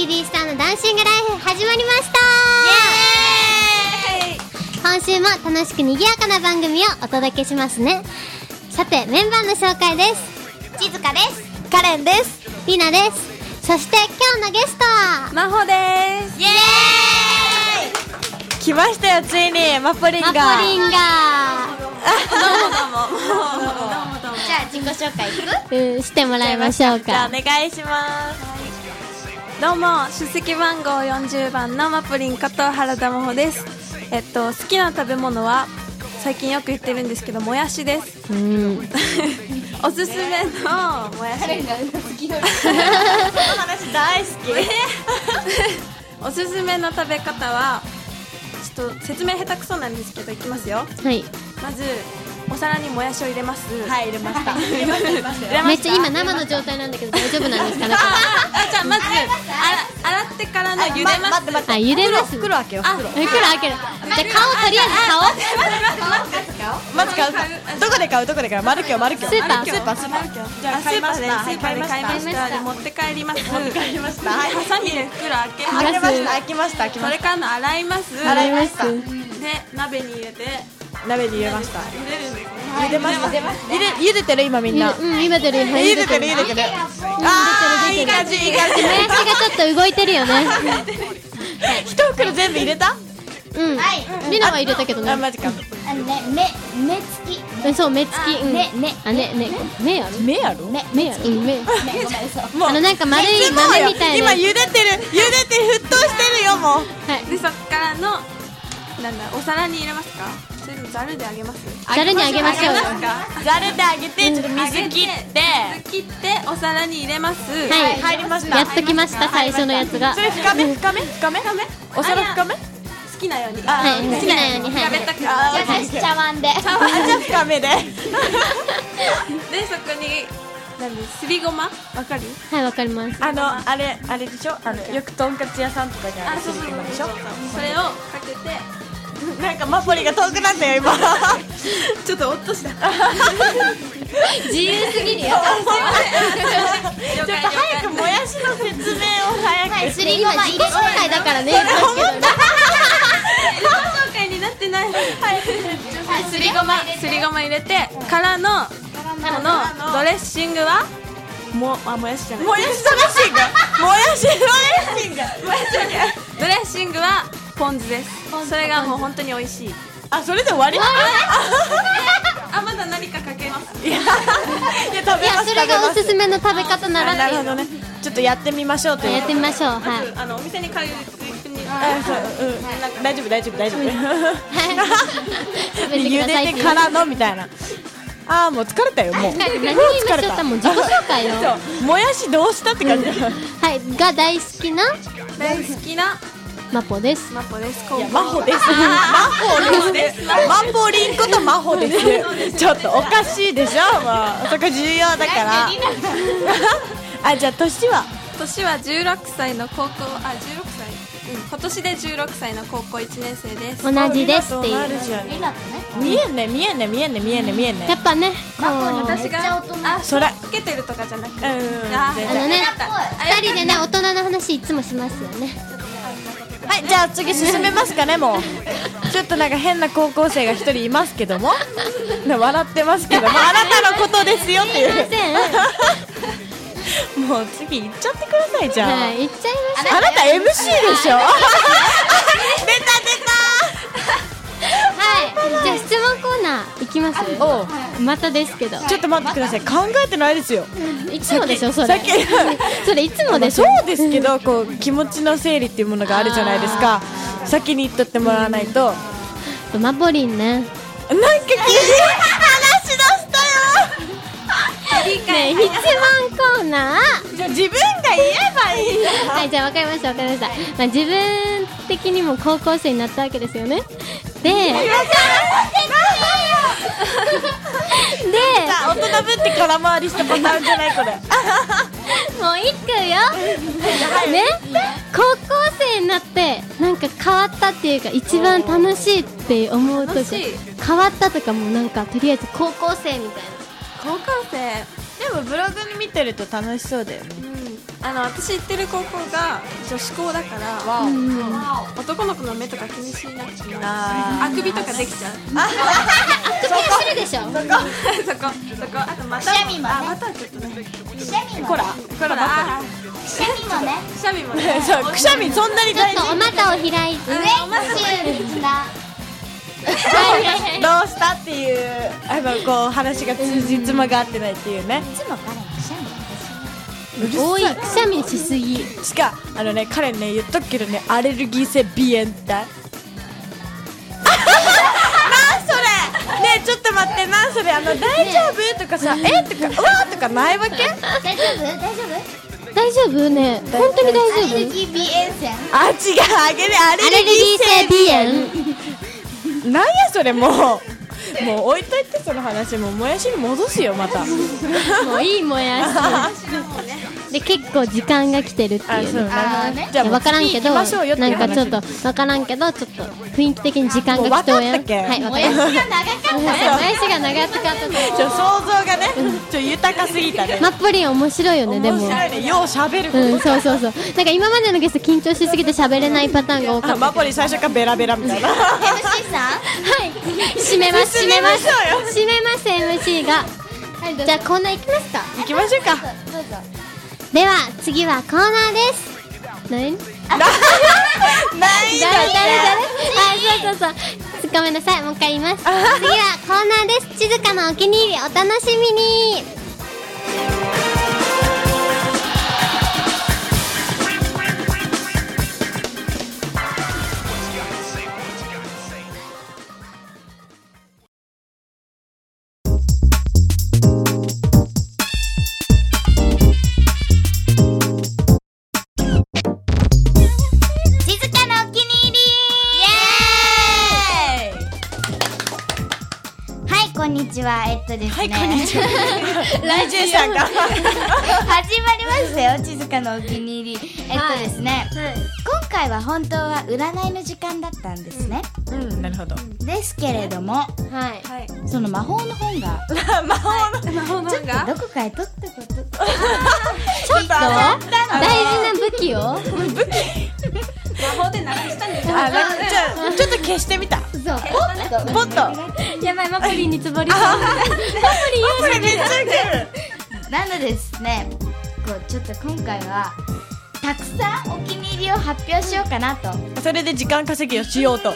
3スターのダンシングライフ始まりました。イエーイ。今週も楽しく賑やかな番組をお届けしますね。さてメンバーの紹介です。 静香です。 カレンです。 リナです。そして今日のゲストはマホです。 イエーイ。 来ましたよ、ついにマポリンが。 どうもどうも。 じゃあ自己紹介いく？ してもらいましょうか。 じゃあお願いします。 どうも、出席番号40番のマポリンこと原田真帆です。好きな食べ物は最近よく言ってるんですけど、もやしです。おすすめのもやし。 彼が好きなこの話大好き。 おすすめの食べ方はちょっと説明下手くそなんですけどいきますよ。 はい。 まずお皿にもやしを入れます。 はい、入れました。 めっちゃ今生の状態なんだけど大丈夫なんですかね。 じゃあまず洗ってからの茹でます。 待って待って。 あ、茹でます。 袋開けよ。袋開ける。じゃあ顔、とりあえずまず買う。どこで買う？どこで買う？マルキョ。 スーパー。 じゃあ買いました。 スーパーで買いました。持って帰ります。 持って帰りました。はい。 ハサミで袋開けます。 開きました。 それからの洗います。 洗いました。 で鍋に入れて。 鍋に入れました。 茹でるんですね。 茹でました。茹でてる今みんな。 茹でてる。 茹でてる。あー、いい感じ。 もやしがちょっと動いてるよね。 一袋全部入れた？ うん。リナは入れたけどね。 あ、マジか。 目つき。 そう、目つき。目ある？ 目ある？ 目ある。目。 もうなんか丸い豆みたいな。 今茹でて沸騰してるよもう。 はい。でそっからのお皿に入れますか？それともざるであげます？ ざるにあげましょう。 ざるであげてちょっと水切ってお皿に入れます。 はい、 入りました。 やっときました最初のやつが。 それ深め？お皿深め？ 好きなように。 はい、好きなように。 平べったく。 じゃあ茶碗で。 じゃあ深めで。 でそこにすりごまわかる？ はい、わかります。 あれでしょ？よくとんかつ屋さんとかにあるすりごまでしょ？ それをかけて。 なんかマポリが遠くなったよ今。 ちょっとおっとした。 自由すぎるよ。 ちょっと早くもやしの説明を早く。 今自己紹介だからね。 自己紹介になってない。すりごま入れてからのこのドレッシングはもやしじゃない。 もやしドレッシング。 ドレッシングはポン酢です。それがもう本当に美味しい。 あ、それで終わり？ まだ何かかけます？ いや食べます。 それがおすすめの食べ方なら。 なるほどね。ちょっとやってみましょうという。 やってみましょう。はい。 お店に買う大丈夫。 食べてく茹ださいでてからのみたいな。あーもう疲れたよもう。 何言いましょうかもう自己紹介よ。 もやしどうしたって感じ。 はい、が大好きなマポです。 マホです。マポリンことマホです。ちょっとおかしいでしょ。もうそこ重要だから。あ、じゃあ年は 16歳の高校16歳。今年で16歳の高校1年生です。 同じですっていう。 見えんね。 やっぱね、 私がそれつけてるとかじゃなくて、 2人でね大人の話いつもしますよね。 はい、じゃあ次進めますかね。もうちょっとなんか変な高校生が一人いますけども笑ってますけども、あなたのことですよっていう。 すいません。 もう次行っちゃってください。じゃあはい、行っちゃいましあなた MC でしょ。出た。 はい、じゃあ質問コーナー行きます。またですけど。 ちょっと待ってください。考えてないですよ。 いつもでしょそれ。それいつもでしょ。 そうですけど、こう気持ちの整理っていうものがあるじゃないですか。先に言っとってもらわないと。 マポリンね。 なんか急に話し出したよ。 ね、質問コーナー。 じゃあ自分が言えばいいよ。 はい、じゃあ分かりました。自分的にも高校生になったわけですよね。で、 大人ぶって空回りしたパターンじゃないこれ。 もう一句よ。ね、高校生になってなんか変わったっていうか一番楽しいって思うとき、変わったとかもなんかとりあえず高校生みたいな。 高校生でもブログに見てると楽しそうだよね。 私行ってる高校が女子校だから男の子の目とか気にしなくてもあくびとかできちゃう。 あくびするでしょ。 そこあとまたくしゃみもねまたちょっとねくしゃみもこらくしゃみもねくしゃみもねそうくしゃみそんなにちょっ大事。 とお股を開いてウェイチューだどうしたっていうこう話が通じつまが合ってないっていうね。 いつも彼くしゃみ多いくしゃみしすぎ。 しか彼ね言っとくけどねアレルギー性鼻炎だ。なんそれねえちょっと待ってなんそれ大丈夫とかさとかうわとかないわけ？ 大丈夫大丈夫ね本当に大アレル丈夫。 ギー鼻炎線あ違うアレルギー性鼻炎なんやそれもう置いといてその話ももやしに戻すよまた。 もういいもやし。で結構時間が来てるっていうね。 じゃあ分からんけどなん行きましょうよっていう話かちょっと分からんけどちょっと雰囲気的に時間が来とうやん。 もう分かったっけはい分かもやしが長かったった。もやしが長かったと。 想像がね豊かすぎたね。 マップリン面白いよねでも。 面白いねよう喋ることそうそうなんか今までのゲスト緊張しすぎて喋れないパターンが多かった。 マポリ最初からベラベラみたいな。 MC さんはい締めます進めましょうよ。 締めます MC が。じゃあコーナー行きますか。 行きましょうか。 どうぞでは次はコーナーです。何？ ない誰そうごめんなさいもう一回言います。次はコーナーです。静かなお気に入りお楽しみに。 静かなお気に入りはいこんにちはですねはいこんにちは。ラジュさんが始まりましたよ静かなお気に入りですね今回は本当は占いの時間だったんですねなるほど。 ですけれどもはいその魔法の本が魔法の魔法のちょっとがどこかへ取ったことちょっと大事な武器を魔法でなくしたんですよ。 じゃあちょっと消してみた。 そうポッとポッと。 やばいマプリンにつぼりそう。マプこれめっちゃウケる。 なのでですねこうちょっと今回はたくさんお気に入りを発表しようかなとそれで時間稼ぎをしようと。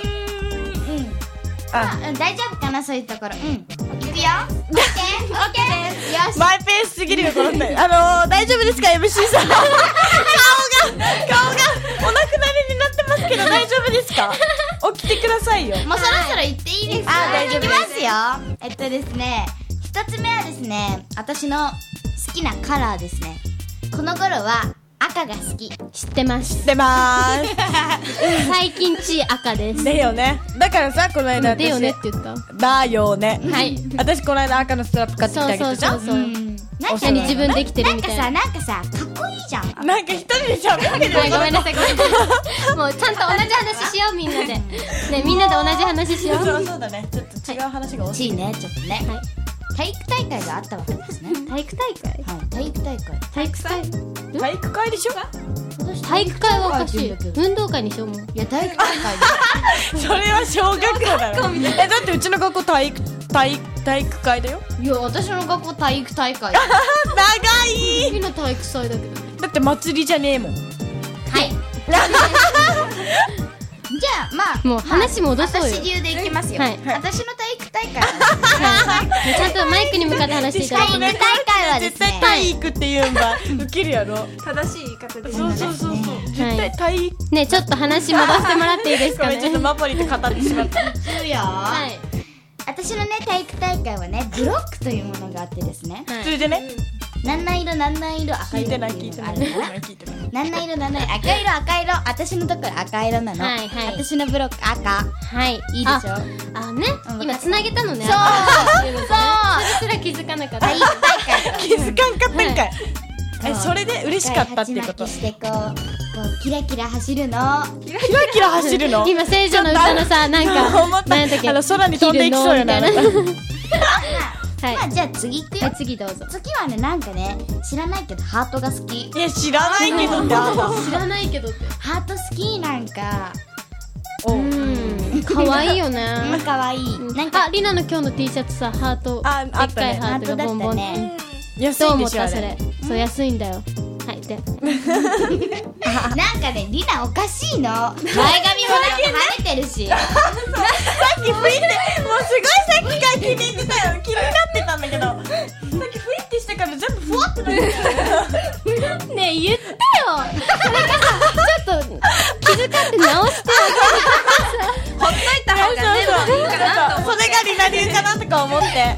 大丈夫かなそういうところいくよオッケーオッケーですよしマイペースすぎるよこの二人。大丈夫ですか MC さん。顔がお亡くなりになってますけど大丈夫ですか？起きてくださいよ。 もうそろそろ言っていいですか大丈夫ですいきますよですね一つ目はですね私の好きなカラーですねこの頃は赤が好き知ってます。 出まーす。 最近地赤です。 だよね。だからさこの間私だよねって言った。 だよね。 はい。 私この間赤のストラップ買ってきてあげたじゃん。 そう何自分できてるみたいな。 なんかさかっこいいじゃんなんか一人で喋ってるよ。 ごめんなさいごめんなさい。もうちゃんと同じ話しようみんなで。ねみんなで同じ話しよう。 そうだね。ちょっと違う話が多ちい。 いねちょっとね体育大会があったわけですね体育大会？ はい体育大会体育祭？ 体育会でしょ？ 体育会はおかしい。運動会にしようもん。 いや体育大会でそれは小学校だろ。だってうちの学校体育会だよ。 いや私の学校体育大会長い。 みんな体育祭だけど。 だって祭りじゃねえもん。 はいじゃあまあもう話戻そうよ。 私流でいきますよ、 はい私の体育大会はちゃんとマイクに向かって話していただきます。 体育大会はです絶対ね体育って言うんだ。ウケるやろ。 正しい言い方です。 そう。絶対体育。 ねちょっと話戻してもらっていいですかね。 ごめんちょっとマポリと語ってしまった。 言うよ、 はい。 私のね体育大会はねブロックというものがあってですね普通でね。 なんなん色赤聞いてない色っていうのがあるのかな聞いてない。 なんなん色赤色私のところ赤色なの、 はいはい私のブロック赤はい。 いいでしょあねうん今つなげたのね。 そうそれすら気づかなかった。 体育大会気づかんかったんかい。 はいそれで嬉しかったっていうこと。 鉢巻きしてこうキラキラ走るのキラキラ走るの。 今聖女の歌のさなんか思ったなんだっけ空に飛んでいきそうよね。 切るのみたいなはいまあじゃあ次行くよ、 はい、次どうぞ。 次はねなんかね知らないけどハートが好き。 いや知らないけどってあんた知らないけどって。 ハート好きなんか可愛いよね。 かわいい。なんかあ、リナの今日の T シャツさ、ハート、 ああったねでっかいハートがボンボンって。 安どういんでしょあ思ったそれれ。 そう、安いんだよ。はいで、 なんかねリナおかしいの。前髪もなんか跳ねてるし。 さっきふいってもうすごいさっきから気に入ってたよ。気になってたんだけどさっきふいってしてから全部ふわってなってたねえ言ってよ。それかさ、ちょっと気遣って直してほっといた方がねもういいかなと思って。 それがリナ流かなとか思って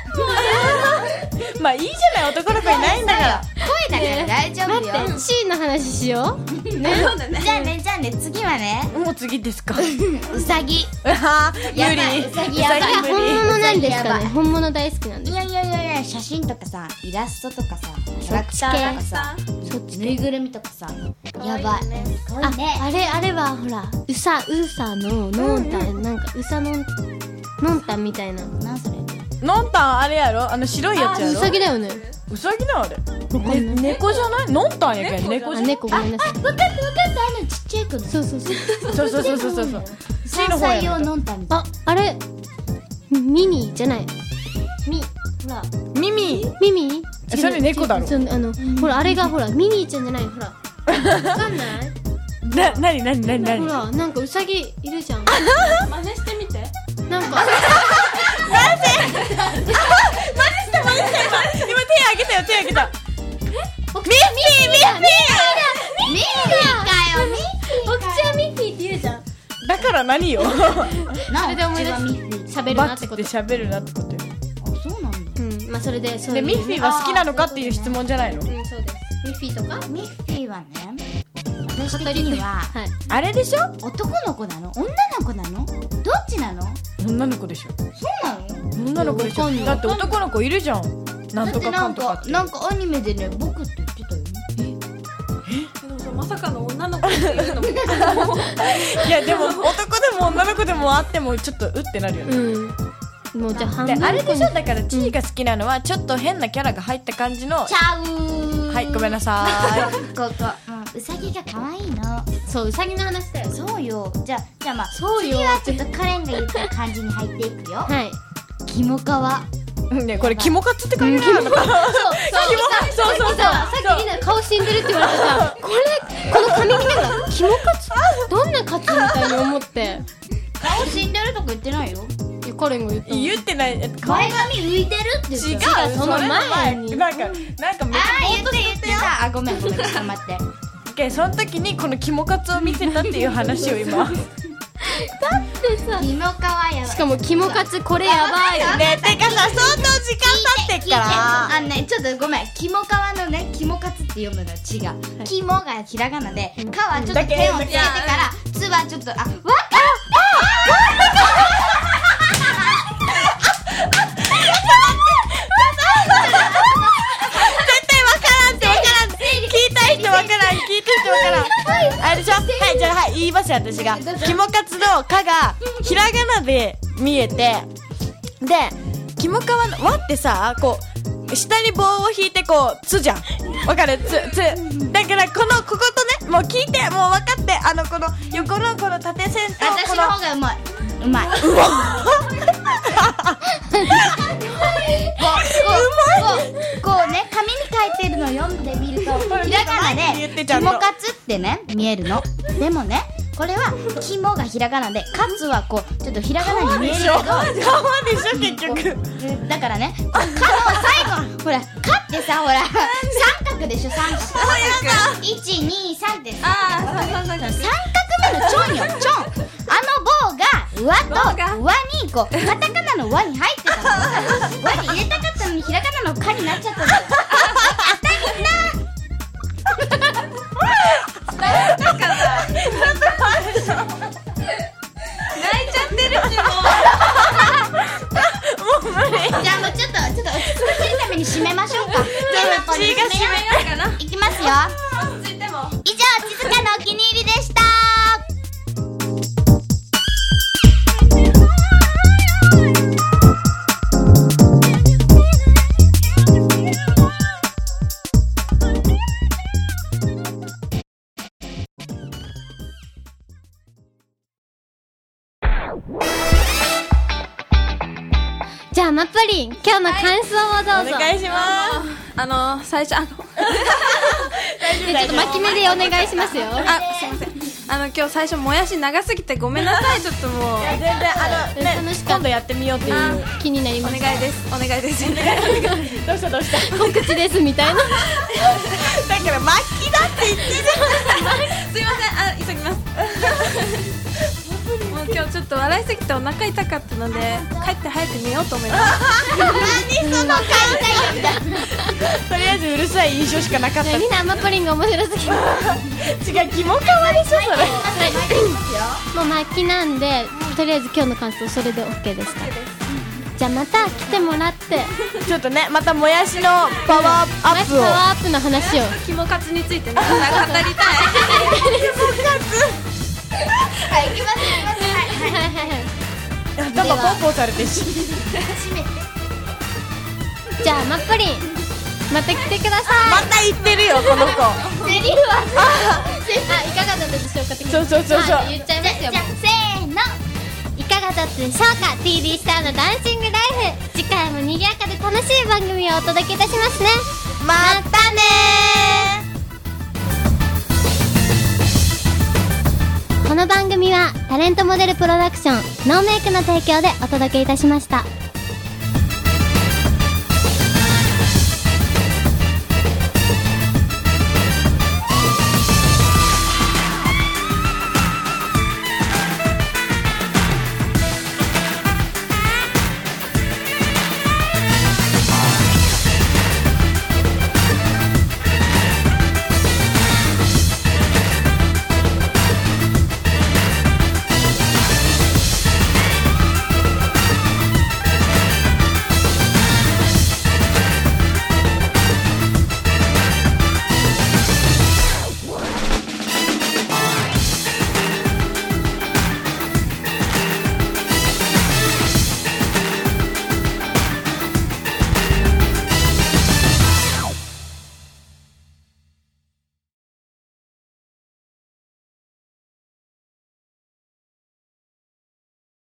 まあいいじゃない、男の子いないんだから声だから大丈夫よ。 待って、C の話しよう。 そうだね。 じゃあねじゃあね次はねもう次ですかうさぎ。 あー無やばい、 理うさぎやばい。 無理本物なんですかね。 やばい本物大好きなんです。 いやいやいやいや、写真とかさイラストとかさキャラクターとかさぬいぐるみとかさやばい。かわいいね。 あれはほら、うさののんたん、なんかうさのんたんみたいな。 なんそれ。 のんたんあれやろ、あの白いやつやろ。 うさぎだよね。 うさぎなあれ、猫じゃない、のんたんやけん猫じゃあ、 ん。 猫ごめんなさい。 分かったあのちっちゃい子のそうそうそう。 そうC の 3 方や歳用のんたんみたいあ、あれミニじゃない。ほら耳ミミ。 それ猫だろ。 そうほらあれがほらミニーちゃんじゃない。ほら。わかんない。 なにほらなんかうさぎいるじゃん。 真似してみて。 なんか。 今手あげたよ、手あげた。 お口はミッフィー。 ミッフィーかよミッフィーお口はミッフィーって言うじゃん。 だから何よなそれで思い出口はミッフィー。 す。喋るバッツってなってこと。 喋るなってことよ。 あそうなんだ。 うん、まあそれでそういうでミッフィーは好きなのかっていう質問じゃないの。 うん、そうです。ミッフィーとか。 ミッフィーはね私的にははい。 あれでしょ、 男の子なの女の子なのどっちなの。 女の子でしょ、 そうなの。 女の子でしょ。 わかんないだって男の子いるじゃん、なんとかかんとかって。 なんかアニメでね僕って言ってたよ。 でもさまさかの女の子っていうのも。 いやでも男でも女の子でもあってもちょっとうってなるよね。 うん。もうじゃあ半で分。 あれでしょ、だからチーが好きなのはちょっと変なキャラが入った感じの。 ちゃう。 はい、ごめんなさここうさぎが可愛いの。 そう、うさぎの話だよ。 そうよ。じゃあまあそうよ次はちょっとカレンが言った感じに入っていくよ。 はい。 キモカワ。 いね、これキモカツって書いてあるのかな。そうさっきリナ顔死んでるって言われてさ、この髪見ながらキモカツどんなカツみたいに思って。 顔死んでるとか言ってないよ。 いやカレンが言ったの。 言ってない。 前髪浮いてるって言って違た。 う、 その前になんかめっちゃ言ってた。あごめんちょっと待って。 けその時にこのキモカツを見せたっていう話を今キモカワやばい。 しかもキモカツこれやばいよね。 ねてかさ、相当時間経ってっからあのねちょっとごめんキモカワのねキモカツって読むの違う。キモがひらがなでカはちょっと手をつけてからツはちょっとわかあれでしょ。はいじゃあはい言いますよ私が。キモカツのカがひらがなで見えて、でキモカワのワってさこう下に棒を引いてこうつじゃん。わかるつだからこことねもう聞いてもう分かってこの横のこの縦線と私の方がうまい。こうね紙に書いてるの読んでみるとひらがなでキモカツってね見えるの。でもねこれはキモがひらがなでカツはこうちょっとひらがなに見えるけど川でしょ結局。 だからねカの最後ほらカってさほら三角でしょ三角。123ってああ、そう三角目のチョンよチョン。棒が和と和にこうカタカナの和に入ってたの。和に入れたかったのにひらがなのカになっちゃったの。じゃあもうちょっと落ち着けるために締めましょうか。 血が締めようかな。 いきますよ。 ついても。 以上静かのお気に入りでした。 あマップリン今日の感想をどうぞ。 お願いします。 最初ちょっと巻き目でお願いしますよ。 すいません。今日最初もやし長すぎてごめんなさい。ちょっともう全然楽しかった今度やってみようっていう気になりお願ました。 いです。お願いです。 どうした告知ですみたいな。 だから巻きだって言ってすいません。急ぎます。もう今日ちょっと笑いすぎてお腹痛かったので帰って早く寝ようと思います。 何その関西だ。 とりあえずうるさい印象しかなかった。 みんなマップリンが面白すぎる。 違う、キモかわでしょそれ。 もう末期なんでとりあえず今日の感想それで OK でした。じゃあまた来てもらってちょっとね、またもやしのパワーアップを。 パワーアップの話を。 肝カツについてね語りたい。 はい、行きます行きます。はいはい。 頭ポンポンされてるし。 閉めて。 じゃあマップリンまた来てください。 また言ってるよこの子。 セリフは。 いかがだったでしょうか的に。 そう言っちゃいますよ。 じゃあせーの。 いかがだったでしょうか。 TD スターのダンシングライフ、次回も賑やかで楽しい番組をお届けいたしますね。 またねこの番組はタレントモデルプロダクションノーメイクの提供でお届けいたしました。